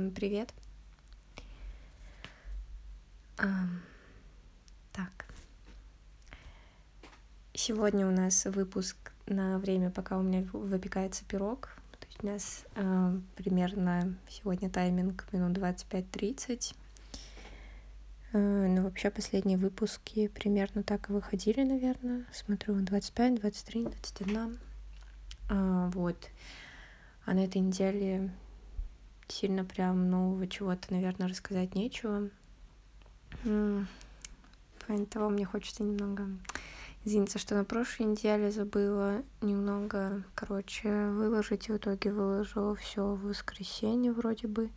Всем привет. Так, сегодня у нас выпуск на время, пока у меня выпекается пирог. То есть у нас примерно сегодня тайминг минут 25-30. Но вообще последние выпуски примерно так и выходили, наверное. Смотрю, 25, 23, 21. Вот. А на этой неделе сильно прям нового чего-то, наверное, рассказать нечего. Кроме того, мне хочется немного извиниться, что на прошлой неделе забыла немного, выложить. В итоге выложила все в воскресенье вроде бы.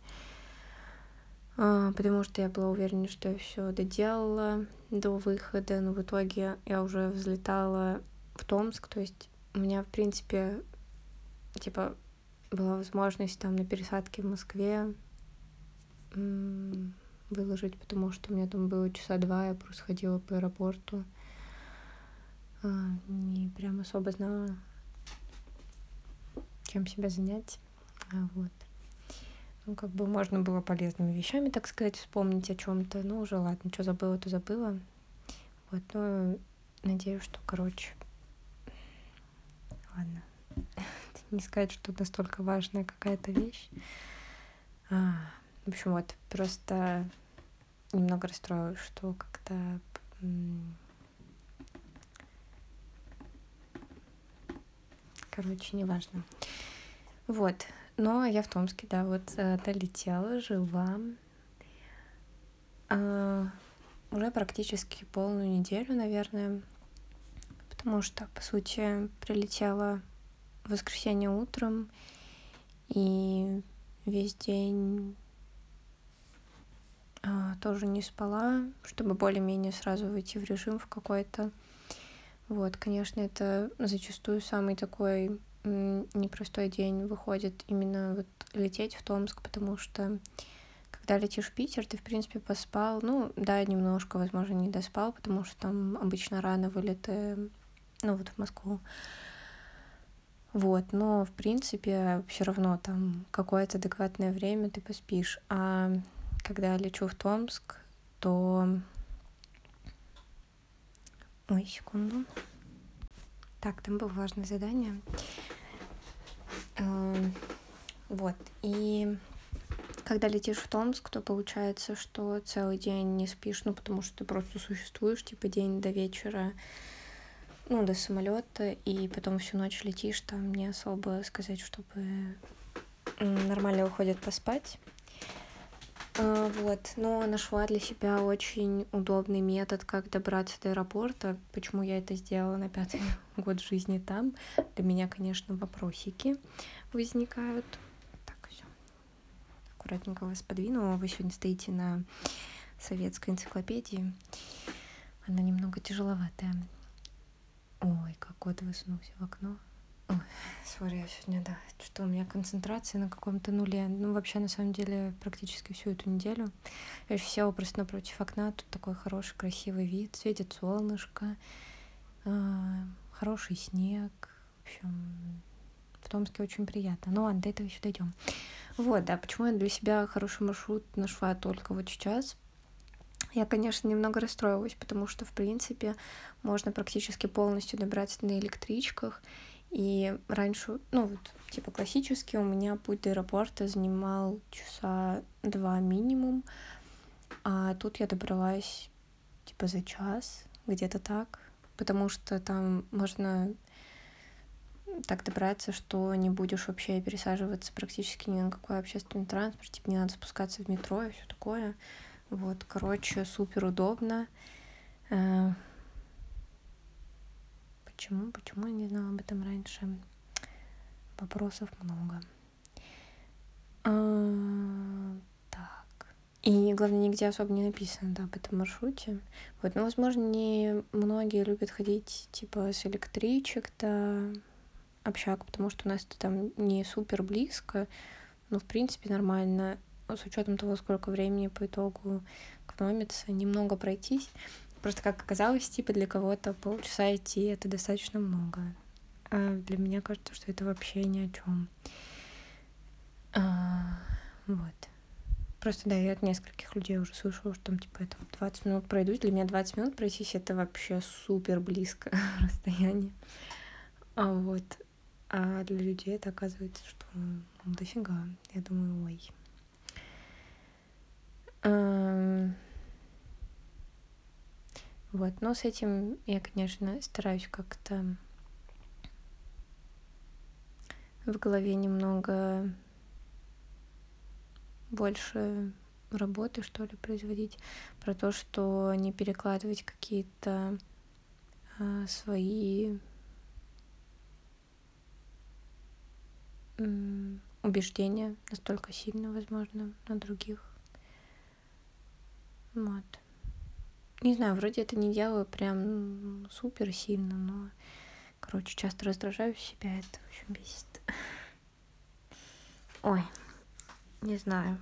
Потому что я была уверена, что я все доделала до выхода, но в итоге я уже взлетала в Томск. То есть у меня, в принципе, была возможность там на пересадке в Москве выложить, потому что у меня там было часа 2, я просто ходила по аэропорту. Не прям особо знала, чем себя занять. Вот. Можно было полезными вещами, так сказать, вспомнить о чем-то. Ну, уже ладно, что забыла, то забыла. Вот, но надеюсь, что, ладно. Не сказать, что настолько важная какая-то вещь. В общем, вот, просто немного расстроилась, что как-то неважно. Вот. Но я в Томске, да, вот долетела, жила. Уже практически полную неделю, наверное. Потому что, по сути, прилетела в воскресенье утром. И весь день тоже не спала, чтобы более-менее сразу выйти в режим в какой-то. Вот, конечно, это зачастую самый такой непростой день выходит именно вот лететь в Томск, потому что когда летишь в Питер, ты, в принципе, поспал. Ну, да, немножко, возможно, не доспал, потому что там обычно рано вылеты, в Москву. Вот, но, в принципе, все равно там какое-то адекватное время ты поспишь. А когда я лечу в Томск, то... Ой, секунду. Так, там было важное задание. Вот, и когда летишь в Томск, то получается, что целый день не спишь, потому что ты просто существуешь, день до вечера, до самолета, и потом всю ночь летишь, там не особо сказать, чтобы нормально выходит поспать. Вот, но нашла для себя очень удобный метод, как добраться до аэропорта. Почему я это сделала на 5-й год жизни там? Для меня, конечно, вопросики возникают. Так, все. Аккуратненько вас подвинула. Вы сегодня стоите на советской энциклопедии. Она немного тяжеловатая. Ой, как кот высунулся в окно. Ой, сори, я сегодня, да, что у меня концентрация на каком-то нуле. Вообще, на самом деле, практически всю эту неделю. Я же села просто напротив окна, тут такой хороший, красивый вид, светит солнышко, хороший снег. В общем, в Томске очень приятно. Ну ладно, до этого еще дойдем. Вот, да, почему я для себя хороший маршрут нашла только вот сейчас. Я, конечно, немного расстроилась, потому что, в принципе, можно практически полностью добраться на электричках. И раньше, классически у меня путь до аэропорта занимал часа 2 минимум, а тут я добралась, за час, где-то так, потому что там можно так добраться, что не будешь вообще пересаживаться практически ни на какой общественный транспорт, не надо спускаться в метро и все такое. Вот, супер удобно. Почему я не знала об этом раньше? Вопросов много. Так. И, главное, нигде особо не написано, об этом маршруте. Вот, возможно, не многие любят ходить, с электричек до общак, потому что у нас это там не супер близко, но, в принципе, нормально. С учетом того, сколько времени по итогу экономится, немного пройтись. Просто, как оказалось, для кого-то полчаса идти — это достаточно много. А для меня кажется, что это вообще ни о чем. Вот. Просто, да, я от нескольких людей уже слышала, что там, типа, я там 20 минут пройдусь. Для меня 20 минут пройтись — это вообще супер близко расстояние. Вот. А для людей это оказывается, что дофига. Я думаю, ой. Вот, но с этим я, конечно, стараюсь как-то в голове немного больше работы, что ли, производить, про то, что не перекладывать какие-то свои убеждения настолько сильно, возможно, на других. Вот. Не знаю, вроде это не делаю прям супер сильно, но, короче, часто раздражаю себя, это, в общем, бесит. Ой, не знаю.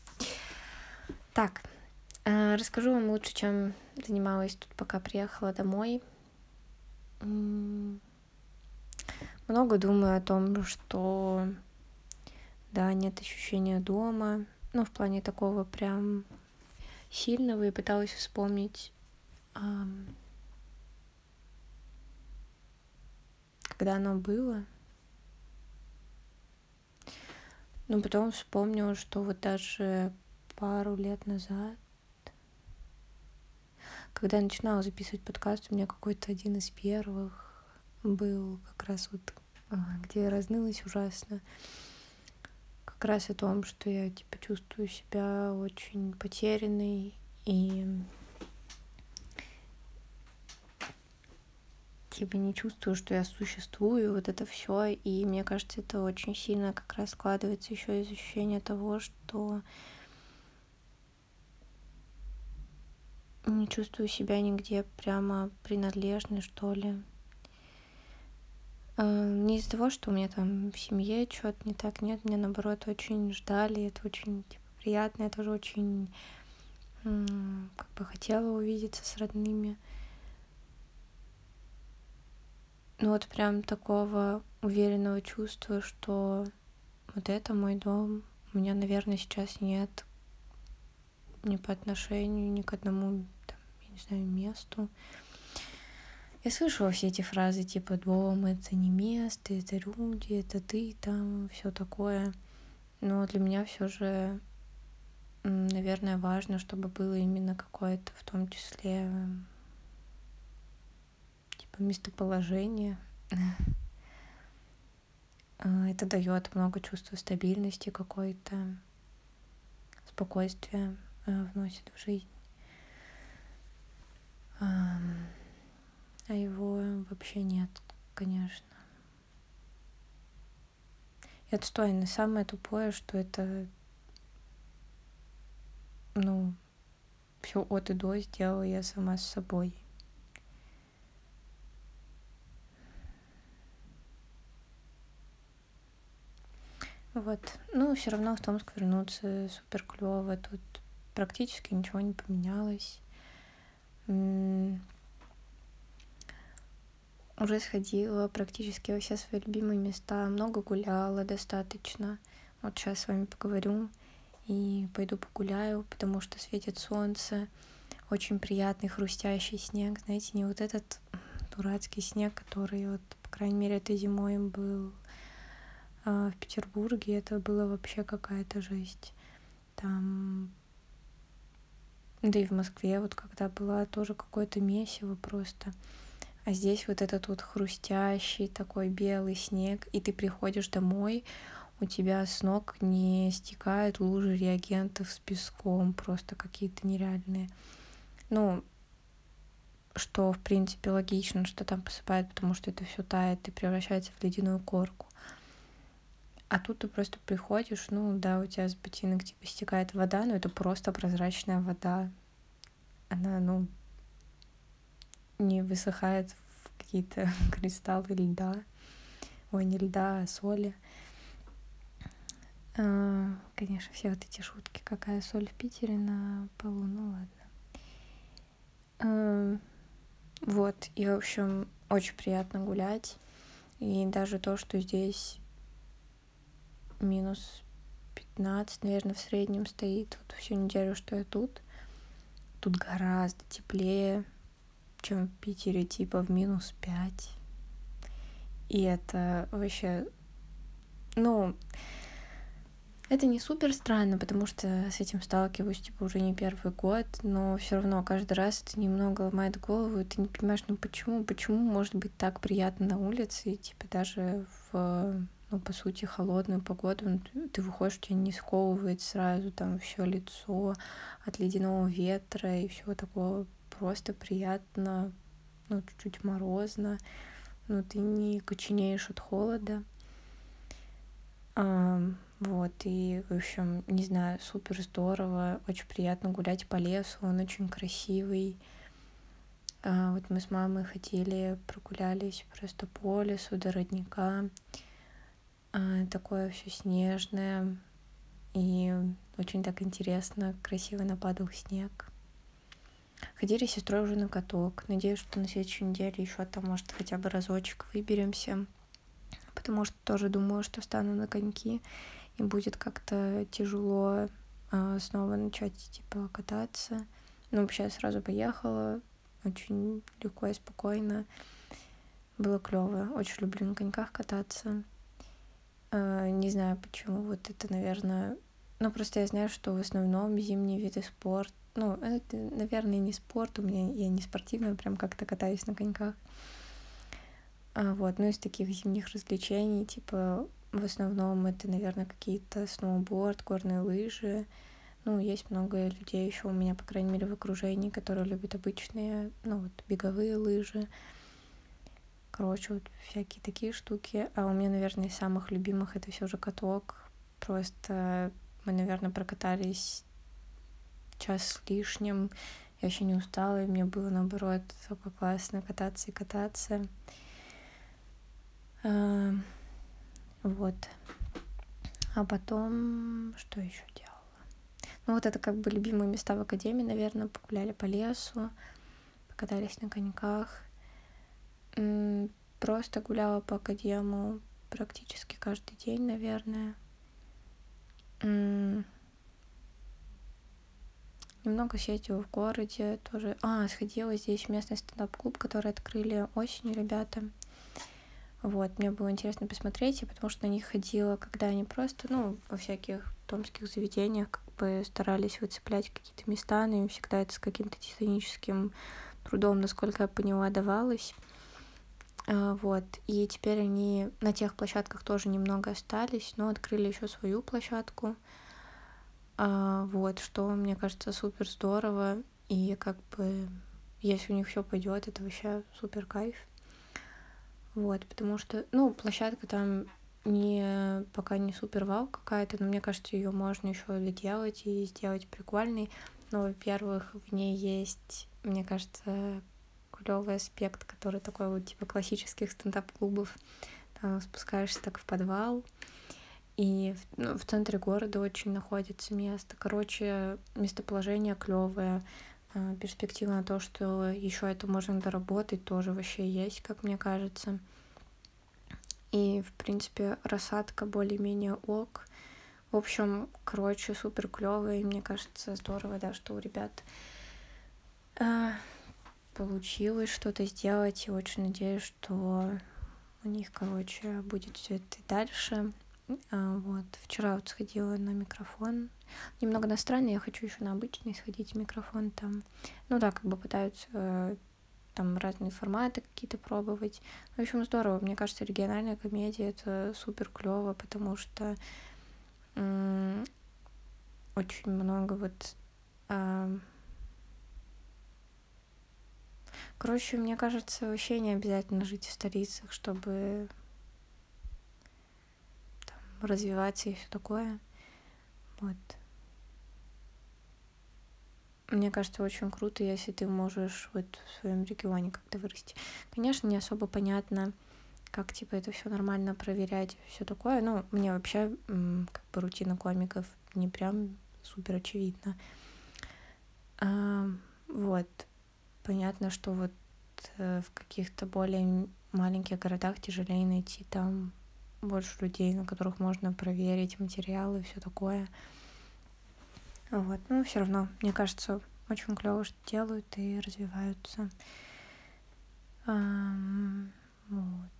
Так, расскажу вам лучше, чем занималась тут, пока приехала домой. Много думаю о том, что, да, нет ощущения дома, ну, в плане такого прям сильного, и пыталась вспомнить, когда оно было. Но потом вспомнила, что вот даже пару лет назад, когда я начинала записывать подкаст, у меня какой-то один из первых был как раз вот, где я разнылась ужасно. Как раз о том, что я, типа, чувствую себя очень потерянной и, типа, не чувствую, что я существую, вот это все. И мне кажется, это очень сильно как раз складывается еще из ощущения того, что не чувствую себя нигде прямо принадлежной, что ли. Не из-за того, что у меня там в семье что-то не так, нет, меня наоборот очень ждали, это очень, типа, приятно, я тоже очень как бы хотела увидеться с родными. Но вот прям такого уверенного чувства, что вот это мой дом, у меня, наверное, сейчас нет ни по отношению ни к одному, там, я не знаю, месту. Я слышала все эти фразы типа «дом — это не место, это люди, это ты там», все такое. Но для меня все же, наверное, важно, чтобы было именно какое-то, в том числе, типа, местоположение. Это дает много чувства стабильности какой-то, спокойствия вносит в жизнь. А его вообще нет, конечно. И отстойно. Самое тупое, что это, все от и до сделала я сама с собой. Вот. Ну, все равно в Томск вернуться супер клево. Тут практически ничего не поменялось. Уже сходила практически во все свои любимые места. Много гуляла достаточно. Вот сейчас с вами поговорю и пойду погуляю, потому что светит солнце. Очень приятный хрустящий снег. Знаете, не вот этот дурацкий снег, который вот, по крайней мере, этой зимой был в Петербурге. Это было вообще какая-то жесть. Там, да и в Москве вот когда была, тоже какое-то месиво просто. А здесь вот этот вот хрустящий такой белый снег, и ты приходишь домой, у тебя с ног не стекают лужи реагентов с песком, просто какие-то нереальные. Ну, что, в принципе, логично, что там посыпают, потому что это все тает и превращается в ледяную корку. А тут ты просто приходишь, да, у тебя с ботинок типа стекает вода, но это просто прозрачная вода. Она, не высыхает в какие-то кристаллы льда. Ой, не льда, а соли. Конечно, все вот эти шутки, какая соль в Питере на полу, ладно. Вот, и, в общем, очень приятно гулять. И даже то, что здесь минус 15, наверное, в среднем стоит вот всю неделю, что я тут. Тут гораздо теплее, чем в Питере, типа в -5. И это вообще, ну, это не супер странно, потому что с этим сталкиваюсь, типа, уже не первый год, но все равно каждый раз это немного ломает голову, и ты не понимаешь, ну почему может быть так приятно на улице, и, типа, даже в, ну, по сути, холодную погоду, ну, ты выходишь, тебя не сковывает сразу там все лицо от ледяного ветра и всего такого, просто приятно, ну, чуть-чуть морозно, ну, ты не коченеешь от холода. Вот, и, в общем, не знаю, супер здорово, очень приятно гулять по лесу, он очень красивый. Вот мы с мамой ходили, прогулялись просто по лесу до родника. Такое все снежное, и очень так интересно, красиво нападал снег. Ходили с сестрой уже на каток. Надеюсь, что на следующей неделе еще там, может, хотя бы разочек выберемся, потому что тоже думаю, что встану на коньки, и будет как-то тяжело снова начать, типа, кататься. Ну, вообще, я сразу поехала, очень легко и спокойно. Было клево. Очень люблю на коньках кататься. Не знаю, почему. Вот это, наверное... Ну, просто я знаю, что в основном зимние виды спорта... Ну, это, наверное, не спорт. У меня я не спортивная, прям как-то катаюсь на коньках. Вот, ну, из таких зимних развлечений, типа, в основном это, наверное, какие-то сноуборд, горные лыжи. Ну, есть много людей еще у меня, по крайней мере, в окружении, которые любят обычные, ну, вот, беговые лыжи. Короче, вот всякие такие штуки. А у меня, наверное, из самых любимых это все же каток. Просто мы, наверное, прокатались час с лишним. Я вообще не устала, и мне было, наоборот, только классно кататься и кататься. Вот. А потом, что еще делала? Ну, вот это как бы любимые места в академии, наверное. Погуляли по лесу, покатались на коньках. Просто гуляла по академу практически каждый день, наверное. Немного съездила в городе тоже. Сходила здесь в местный стендап-клуб, который открыли осенью ребята. Вот, мне было интересно посмотреть, потому что на них ходила, когда они просто, ну, во всяких томских заведениях как бы старались выцеплять какие-то места, но им всегда это с каким-то титаническим трудом, насколько я поняла, давалось. Вот, и теперь они на тех площадках тоже немного остались, но открыли еще свою площадку. Вот, что, мне кажется, супер здорово, и как бы, если у них все пойдет, это вообще супер кайф. Вот, потому что, ну, площадка там пока не супер вау какая-то, но мне кажется, ее можно еще доделать и сделать прикольной. Но, во-первых, в ней есть, мне кажется, клевый аспект, который такой вот типа классических стендап-клубов. Там спускаешься так в подвал, и в центре города очень находится место. Короче, местоположение клевое. Перспектива на то, что еще это можно доработать, тоже вообще есть, как мне кажется. И, в принципе, рассадка более-менее ок. В общем, короче, супер клево, и мне кажется, здорово, да, что у ребят получилось что-то сделать. И очень надеюсь, что у них, короче, будет все это и дальше. Вот. Вчера вот сходила на микрофон. Немного на странный, я хочу еще на обычный сходить микрофон там. Ну да, как бы пытаются там разные форматы какие-то пробовать. В общем, здорово. Мне кажется, региональная комедия — это супер клево, потому что очень много вот... Короче, мне кажется, вообще не обязательно жить в столицах, чтобы там развиваться и все такое. Вот. Мне кажется, очень круто, если ты можешь вот в своем регионе как-то вырасти. Конечно, не особо понятно, как типа это все нормально проверять, все такое. Ну, мне вообще как бы рутина комиков не прям супер очевидна. Вот. Понятно, что вот в каких-то более маленьких городах тяжелее найти там больше людей, на которых можно проверить материалы и все такое. Вот. Но все равно, мне кажется, очень клево, что делают и развиваются. Вот.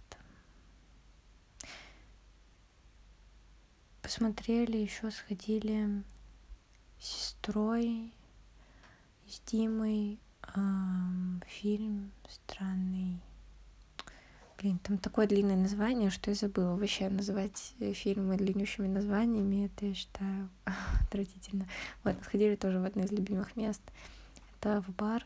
Посмотрели, еще сходили с сестрой, с Димой фильм странный. Блин, там такое длинное название, что я забыла. Вообще называть фильмы длиннющими названиями, это, я считаю, отвратительно. Вот, сходили тоже в одно из любимых мест. Это в бар.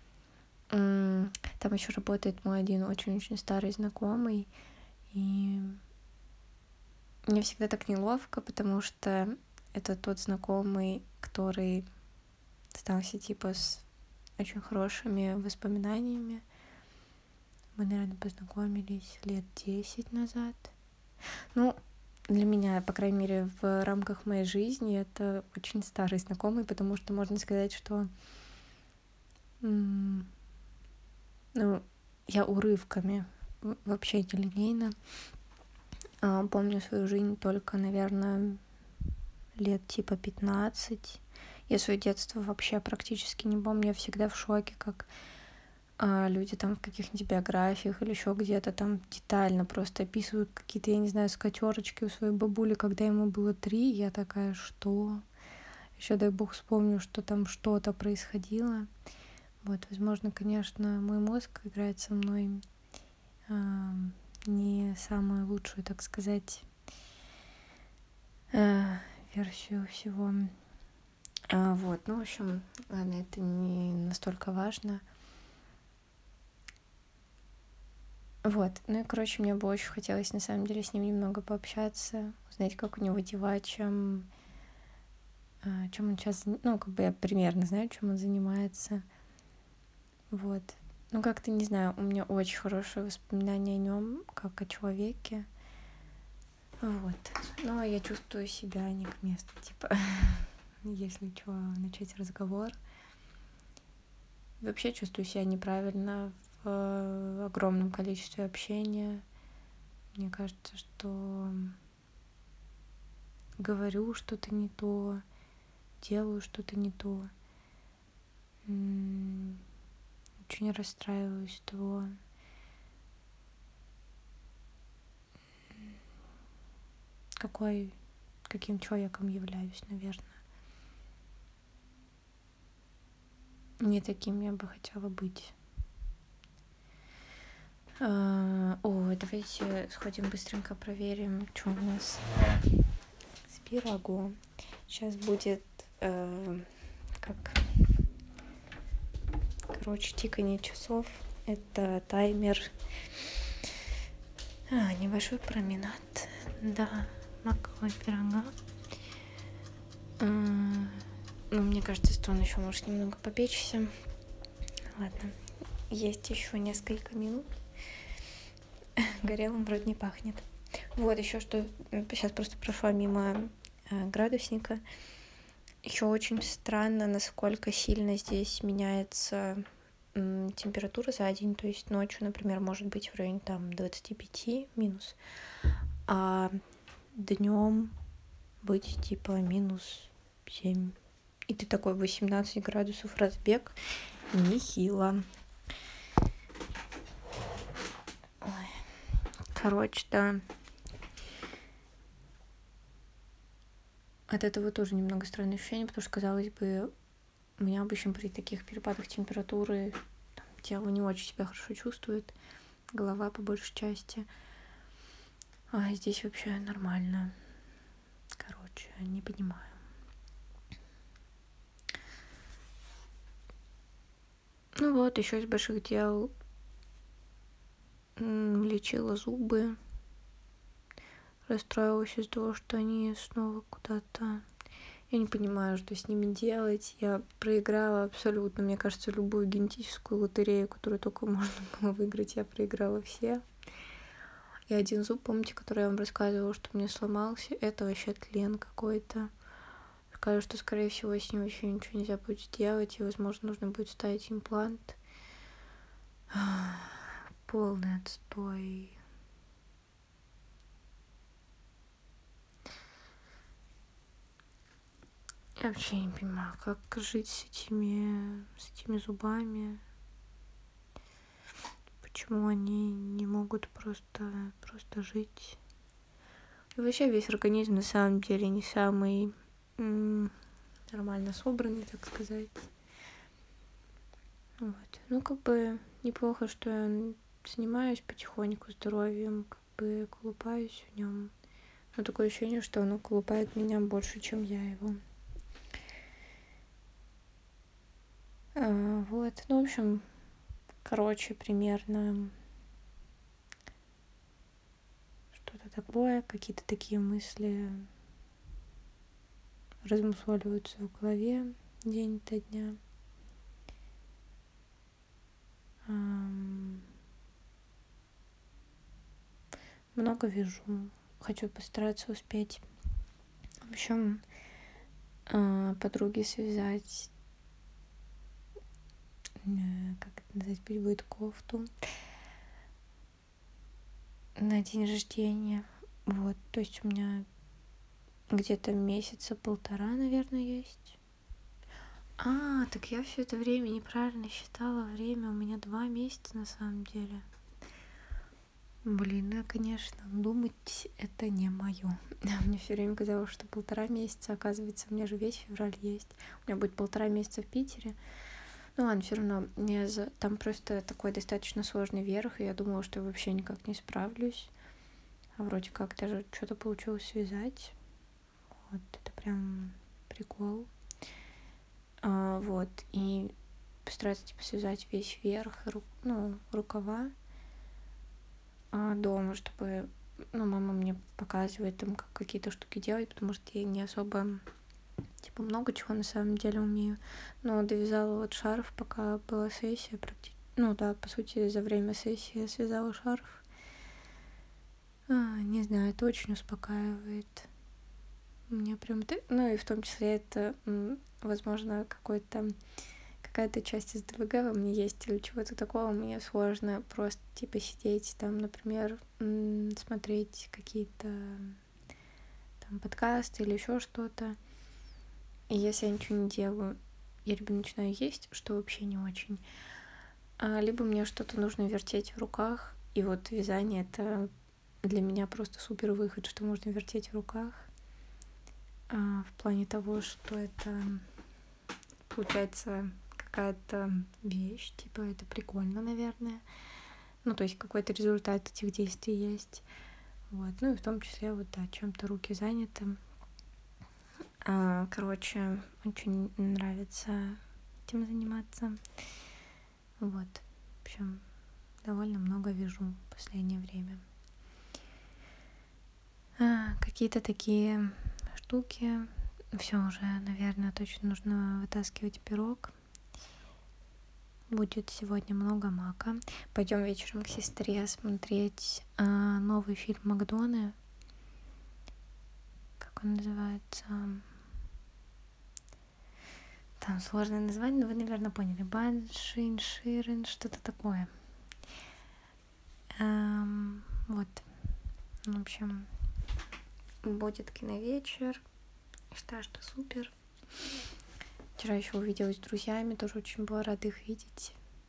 Там еще работает мой один очень-очень старый знакомый. И мне всегда так неловко, потому что это тот знакомый, который остался типа с очень хорошими воспоминаниями. Мы, наверное, познакомились лет 10 назад. Ну, для меня, по крайней мере, в рамках моей жизни это очень старый знакомый, потому что можно сказать, что ну, я урывками, вообще нелинейно, помню свою жизнь только, наверное, лет типа 15. Я свое детство вообще практически не помню. Я всегда в шоке, как люди там в каких-нибудь биографиях или еще где-то там детально просто описывают какие-то, я не знаю, скатерочки у своей бабули, когда ему было 3. Я такая, что? Еще, дай бог, вспомню, что там что-то происходило. Вот, возможно, конечно, мой мозг играет со мной не самую лучшую, так сказать, версию всего. Вот, ну, в общем, ладно, это не настолько важно. Вот, ну и, короче, мне бы очень хотелось, на самом деле, с ним немного пообщаться, узнать, как у него дела, чем он сейчас, ну, как бы я примерно знаю, чем он занимается. Вот. Ну, как-то, не знаю, у меня очень хорошее воспоминание о нем, как о человеке. Вот. Но я чувствую себя не к месту, типа, если что, начать разговор. Вообще чувствую себя неправильно в огромном количестве общения. Мне кажется, что говорю что-то не то, делаю что-то не то. Очень расстраиваюсь того, каким человеком являюсь, наверное. Не таким я бы хотела быть. Давайте сходим быстренько проверим, что у нас с пирогом. Сейчас будет тиканье часов. Это таймер. Небольшой променад до макового пирога. Мне кажется, что он еще может немного попечься. Ладно, есть еще несколько минут. Горелым вроде не пахнет. Вот еще что. Сейчас просто прошла мимо градусника. Еще очень странно, насколько сильно здесь меняется температура за день. То есть ночью, например, может быть в районе там 25 минус, а днем быть типа минус 7. И ты такой 18 градусов разбег. Нехило. Короче, да. От этого тоже немного странное ощущение, потому что, казалось бы, у меня обычно при таких перепадах температуры тело не очень себя хорошо чувствует, голова по большей части. А здесь вообще нормально. Короче, не понимаю. Ну вот, еще из больших дел лечила зубы. Расстроилась из-за того, что они снова куда-то... Я не понимаю, что с ними делать. Я проиграла абсолютно, мне кажется, любую генетическую лотерею, которую только можно было выиграть. Я проиграла все. И один зуб, помните, который я вам рассказывала, что мне сломался, это вообще тлен какой-то. Скажу, что, скорее всего, с ним вообще ничего нельзя будет сделать, и, возможно, нужно будет ставить имплант. Полный отстой. Я вообще не понимаю, как жить с этими зубами. Почему они не могут просто жить? И вообще весь организм на самом деле не самый нормально собранный, так сказать. Вот. Ну, как бы неплохо, что я занимаюсь потихоньку здоровьем, как бы колупаюсь в нем. Но такое ощущение, что оно колупает меня больше, чем я его. Вот. Ну, в общем, короче, примерно что-то такое, какие-то такие мысли размусоливаются в голове день ото дня. Много вижу. Хочу постараться успеть. В общем, подруге связать, как это назвать, пусть будет кофту на день рождения. Вот, то есть у меня где-то месяца полтора, наверное, есть. Так я все это время неправильно считала время. У меня 2 месяца на самом деле. Блин, ну, конечно, думать это не мое. Мне все время казалось, что 1,5 месяца, оказывается, у меня же весь февраль есть. У меня будет 1,5 месяца в Питере. Ну ладно, все равно, там просто такой достаточно сложный верх, и я думала, что я вообще никак не справлюсь. А вроде как даже что-то получилось связать. Вот, это прям прикол. Вот, и постараться, типа, связать весь верх, рукава дома, чтобы, мама мне показывает там, как какие-то штуки делать, потому что я не особо, типа, много чего на самом деле умею. Но довязала вот шарф, пока была сессия, по сути, за время сессии я связала шарф. Не знаю, это очень успокаивает. Мне прям... и в том числе это, возможно, какая-то часть СДВГ во мне есть или чего-то такого. Мне сложно просто, типа, сидеть там, например, смотреть какие-то там подкасты или еще что-то. И если я ничего не делаю, я либо начинаю есть, что вообще не очень, либо мне что-то нужно вертеть в руках. И вот вязание — это для меня просто супер выход, что можно вертеть в руках. В плане того, что это получается какая-то вещь, типа, это прикольно, наверное. То есть какой-то результат этих действий есть. Вот. И в том числе, вот, да, чем-то руки заняты. Короче, очень нравится этим заниматься. Вот. В общем, довольно много вяжу в последнее время. Какие-то такие штуки. Все уже, наверное, точно нужно вытаскивать пирог. Будет сегодня много мака. Пойдем вечером к сестре смотреть новый фильм Макдоны. Как он называется? Там сложное название, но вы, наверное, поняли. Баншин, Ширин, что-то такое. Вот. В общем, будет киновечер. Считаю, что супер. Вчера еще увиделась с друзьями, тоже очень была рада их видеть.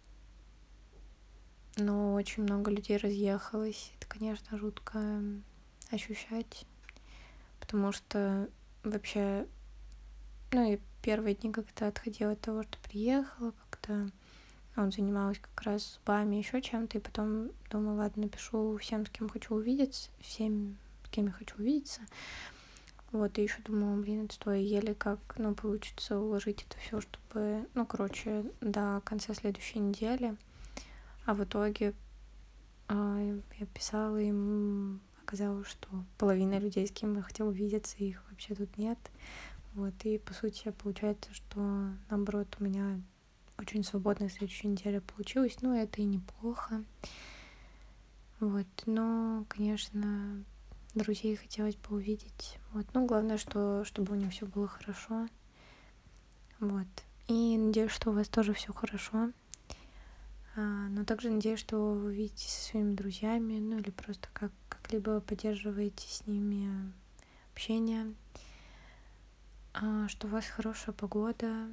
Но очень много людей разъехалось. Это, конечно, жутко ощущать. Потому что вообще, и первые дни, когда отходила от того, что приехала, как-то занималась как раз зубами, еще чем-то, и потом думаю, ладно, напишу всем, с кем хочу увидеться, всем, с кем я хочу увидеться. Вот, и еще думала, это то еле как, получится уложить это все, чтобы, до конца следующей недели. А в итоге я писала им, оказалось, что половина людей, с кем я хотела увидеться, их вообще тут нет. Вот, и по сути получается, что наоборот у меня очень свободная следующая неделя получилась. Это и неплохо. Вот, но, конечно, друзей хотелось бы увидеть. Вот, главное, чтобы у них все было хорошо. Вот. И надеюсь, что у вас тоже все хорошо. Но также надеюсь, что вы увидитесь со своими друзьями, или просто как-либо поддерживаете с ними общение. что у вас хорошая погода,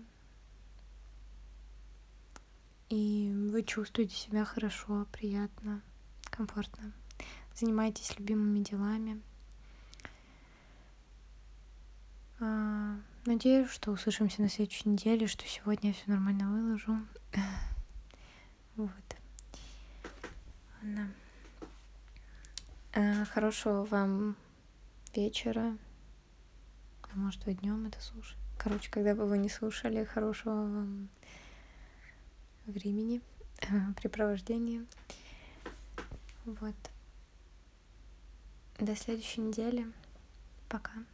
и вы чувствуете себя хорошо, приятно, комфортно. Занимайтесь любимыми делами. Надеюсь, что услышимся на следующей неделе, что сегодня я все нормально выложу. Вот. Ладно. Хорошего вам вечера. А может, вы днем это слушаете. Короче, когда бы вы не слушали, хорошего вам времени, препровождения. Вот. До следующей недели. Пока.